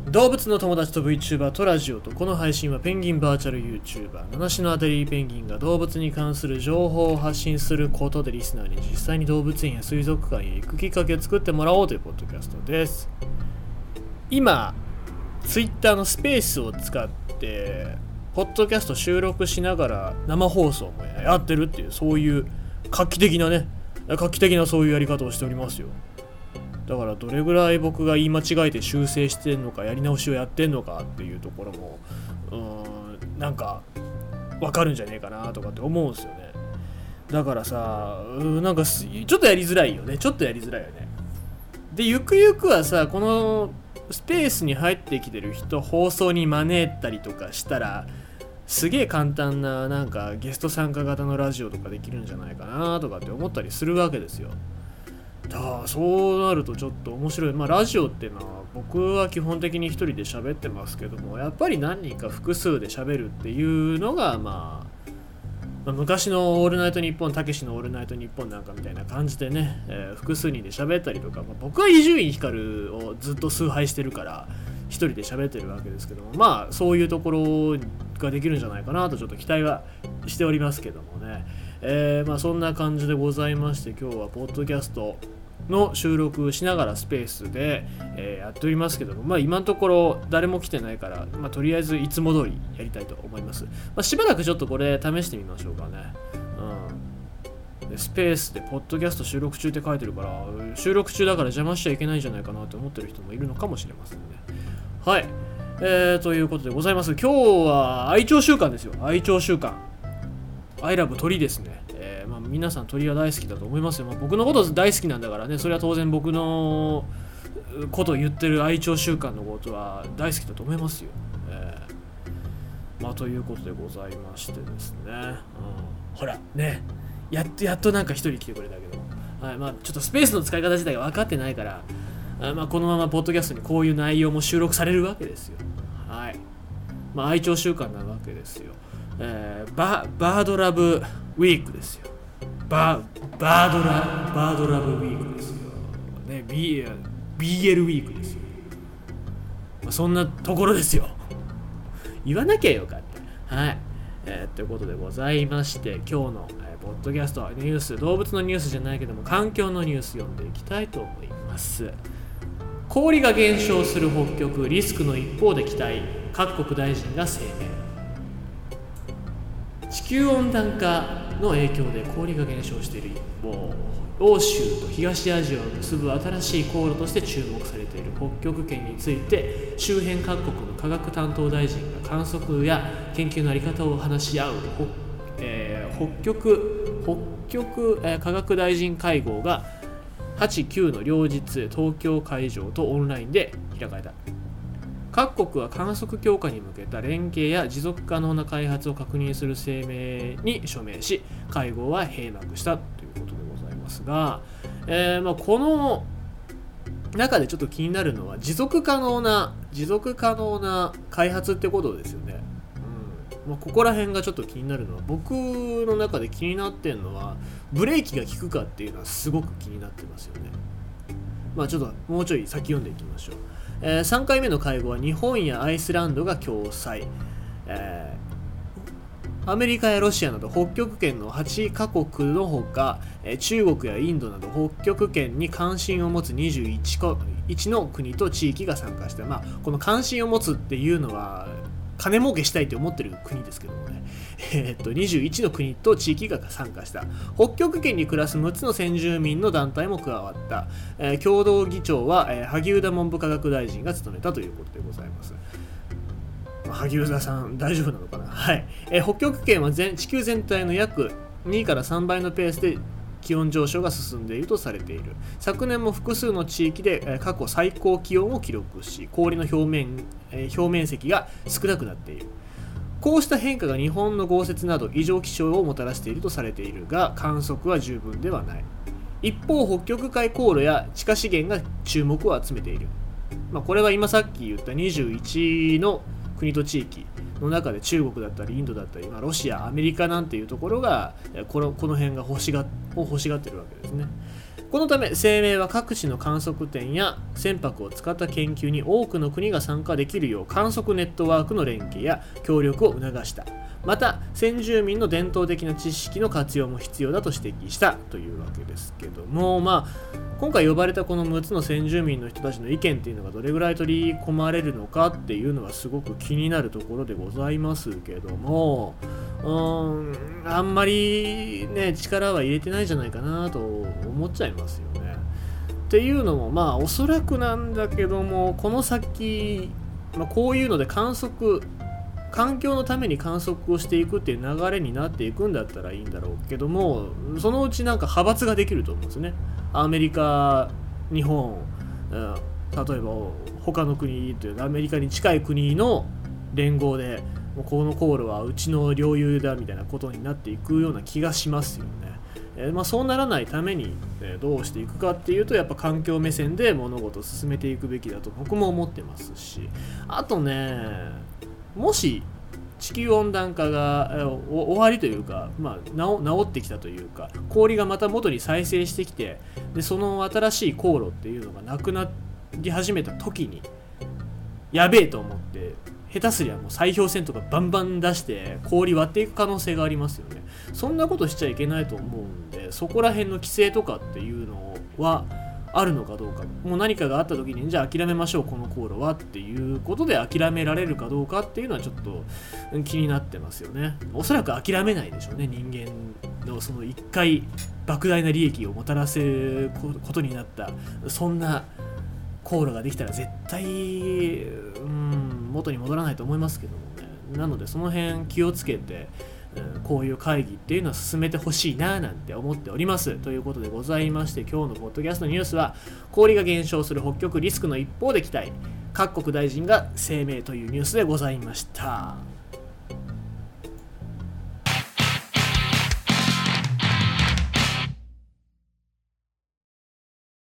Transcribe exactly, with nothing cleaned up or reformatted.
動物の友達と VTuber とラジオと、この配信はペンギンバーチャル YouTuber 七種のアデリーペンギンが動物に関する情報を発信することでリスナーに実際に動物園や水族館へ行くきっかけを作ってもらおうというポッドキャストです。今 Twitter のスペースを使ってポッドキャスト収録しながら生放送もやってるっていう、そういう画期的なね画期的なそういうやり方をしておりますよ。だからどれぐらい僕が言い間違えて修正してんのか、やり直しをやってんのかっていうところもうーんなんか分かるんじゃねえかなとかって思うんですよね。だからさ、うなんかちょっとやりづらいよねちょっとやりづらいよね。でゆくゆくはさ、このスペースに入ってきてる人放送に招いたりとかしたら、すげえ簡単ななんかゲスト参加型のラジオとかできるんじゃないかなとかって思ったりするわけですよ。だそうなるとちょっと面白い。まあラジオっていうのは僕は基本的に一人で喋ってますけども、やっぱり何人か複数で喋るっていうのが、まあ、まあ昔のオールナイトニッポン、たけしのオールナイトニッポンなんかみたいな感じでね、えー、複数人で喋ったりとか、まあ、僕は伊集院光をずっと崇拝してるから一人で喋ってるわけですけども、まあそういうところができるんじゃないかなとちょっと期待はしておりますけどもね。えー、まあそんな感じでございまして、今日はポッドキャストの収録しながらスペースで、えー、やっておりますけども、まあ今のところ誰も来てないから、まあとりあえずいつも通りやりたいと思います。まあ、しばらくちょっとこれ試してみましょうかね。うん。でスペースでポッドキャスト収録中って書いてるから、収録中だから邪魔しちゃいけないんじゃないかなと思ってる人もいるのかもしれませんね。はい。えー、ということでございます。今日は愛鳥週間ですよ。愛鳥週間。アイラブ鳥ですね。えーまあ、皆さん鳥は大好きだと思いますよ。まあ、僕のこと大好きなんだからね、それは当然僕のことを言ってる愛鳥週間のことは大好きだと思いますよ。えーまあ、ということでございましてですね、うん、ほらね、やっとやっとなんか一人来てくれたけど、はい、まあ、ちょっとスペースの使い方自体が分かってないから、あまあ、このままポッドキャストにこういう内容も収録されるわけですよ。はい。まあ、愛鳥週間なわけですよ。えー、バ, バードラブウィークですよ。バ, バードラバードラブウィークですよ。ね、B、ビーエル ウィークですよ。まあ、そんなところですよ。言わなきゃよかった。はい。えー、ということでございまして、今日の、えー、ポッドキャストニュース、動物のニュースじゃないけども環境のニュース読んでいきたいと思います。氷が減少する北極、リスクの一方で期待、各国大臣が声明。地球温暖化の影響で氷が減少している一方、欧州と東アジアを結ぶ新しい航路として注目されている北極圏について、周辺各国の科学担当大臣が観測や研究の在り方を話し合う、えー、北極、北極、えー、科学大臣会合がはち、きゅうの両日東京会場とオンラインで開かれた。各国は観測強化に向けた連携や持続可能な開発を確認する声明に署名し、会合は閉幕したということでございますが、えーまあ、この中でちょっと気になるのは持続可能な持続可能な開発ってことですよね。うんまあ、ここら辺がちょっと気になるのは、僕の中で気になってるのはブレーキが効くかっていうのはすごく気になってますよね。まあちょっともうちょい先読んでいきましょう。えー、さんかいめの会合は日本やアイスランドが共催、えー、アメリカやロシアなど北極圏のはちかこくのほか、えー、中国やインドなど北極圏に関心を持つにじゅういちの国と地域が参加した。まあ、この関心を持つっていうのは金儲けしたいって思ってる国ですけどもね、えー、っとにじゅういちの国と地域が参加した。北極圏に暮らすむっつの先住民の団体も加わった。えー、共同議長は、えー、萩生田文部科学大臣が務めたということでございます。萩生田さん大丈夫なのかな。はい。えー、北極圏は全地球全体の約にからさんばいのペースで気温上昇が進んでいるとされている。昨年も複数の地域で過去最高気温を記録し、氷の表面、えー、表面積が少なくなっている。こうした変化が日本の豪雪など異常気象をもたらしているとされているが、観測は十分ではない。一方、北極海航路や地下資源が注目を集めている。まあ、これは今さっき言ったにじゅういちの国と地域の中で中国だったりインドだったり、まあ、ロシア、アメリカなんていうところがこの、この辺が欲しが、欲しがってるわけですね。 このため声明は各地の観測点や船舶を使った研究に多くの国が参加できるよう観測ネットワークの連携や協力を促した。また先住民の伝統的な知識の活用も必要だと指摘したというわけですけども、まあ今回呼ばれたこのむっつの先住民の人たちの意見っていうのがどれぐらい取り込まれるのかっていうのはすごく気になるところでございますけども、うーんあんまりね力は入れてないんじゃないかなと思っちゃいますよね。っていうのもまあおそらくなんだけども、この先、まあ、こういうので観測環境のために観測をしていくっていう流れになっていくんだったらいいんだろうけども、そのうちなんか派閥ができると思うんですね。アメリカ、日本、例えば他の国というアメリカに近い国の連合でこの航路はうちの領有だみたいなことになっていくような気がしますよね。えーまあ、そうならないために、えー、どうしていくかっていうと、やっぱ環境目線で物事を進めていくべきだと僕も思ってますし、あとね、もし地球温暖化が終わりというか、まあ、治, 治ってきたというか、氷がまた元に再生してきて、でその新しい航路っていうのがなくなり始めた時にやべえと思って、下手すりゃもう砕氷船とかバンバン出して氷割っていく可能性がありますよね。そんなことしちゃいけないと思うんで、そこら辺の規制とかっていうのはあるのかどうか、もう何かがあった時にじゃあ諦めましょうこの航路はっていうことで諦められるかどうかっていうのはちょっと気になってますよね。おそらく諦めないでしょうね。人間のその一回莫大な利益をもたらせることになったそんな航路ができたら絶対うん元に戻らないと思いますけどもね。なのでその辺気をつけて、うん、こういう会議っていうのは進めてほしいななんて思っておりますということでございまして、今日のポッドキャストニュースは氷が減少する北極リスクの一方で期待、各国大臣が声明というニュースでございました。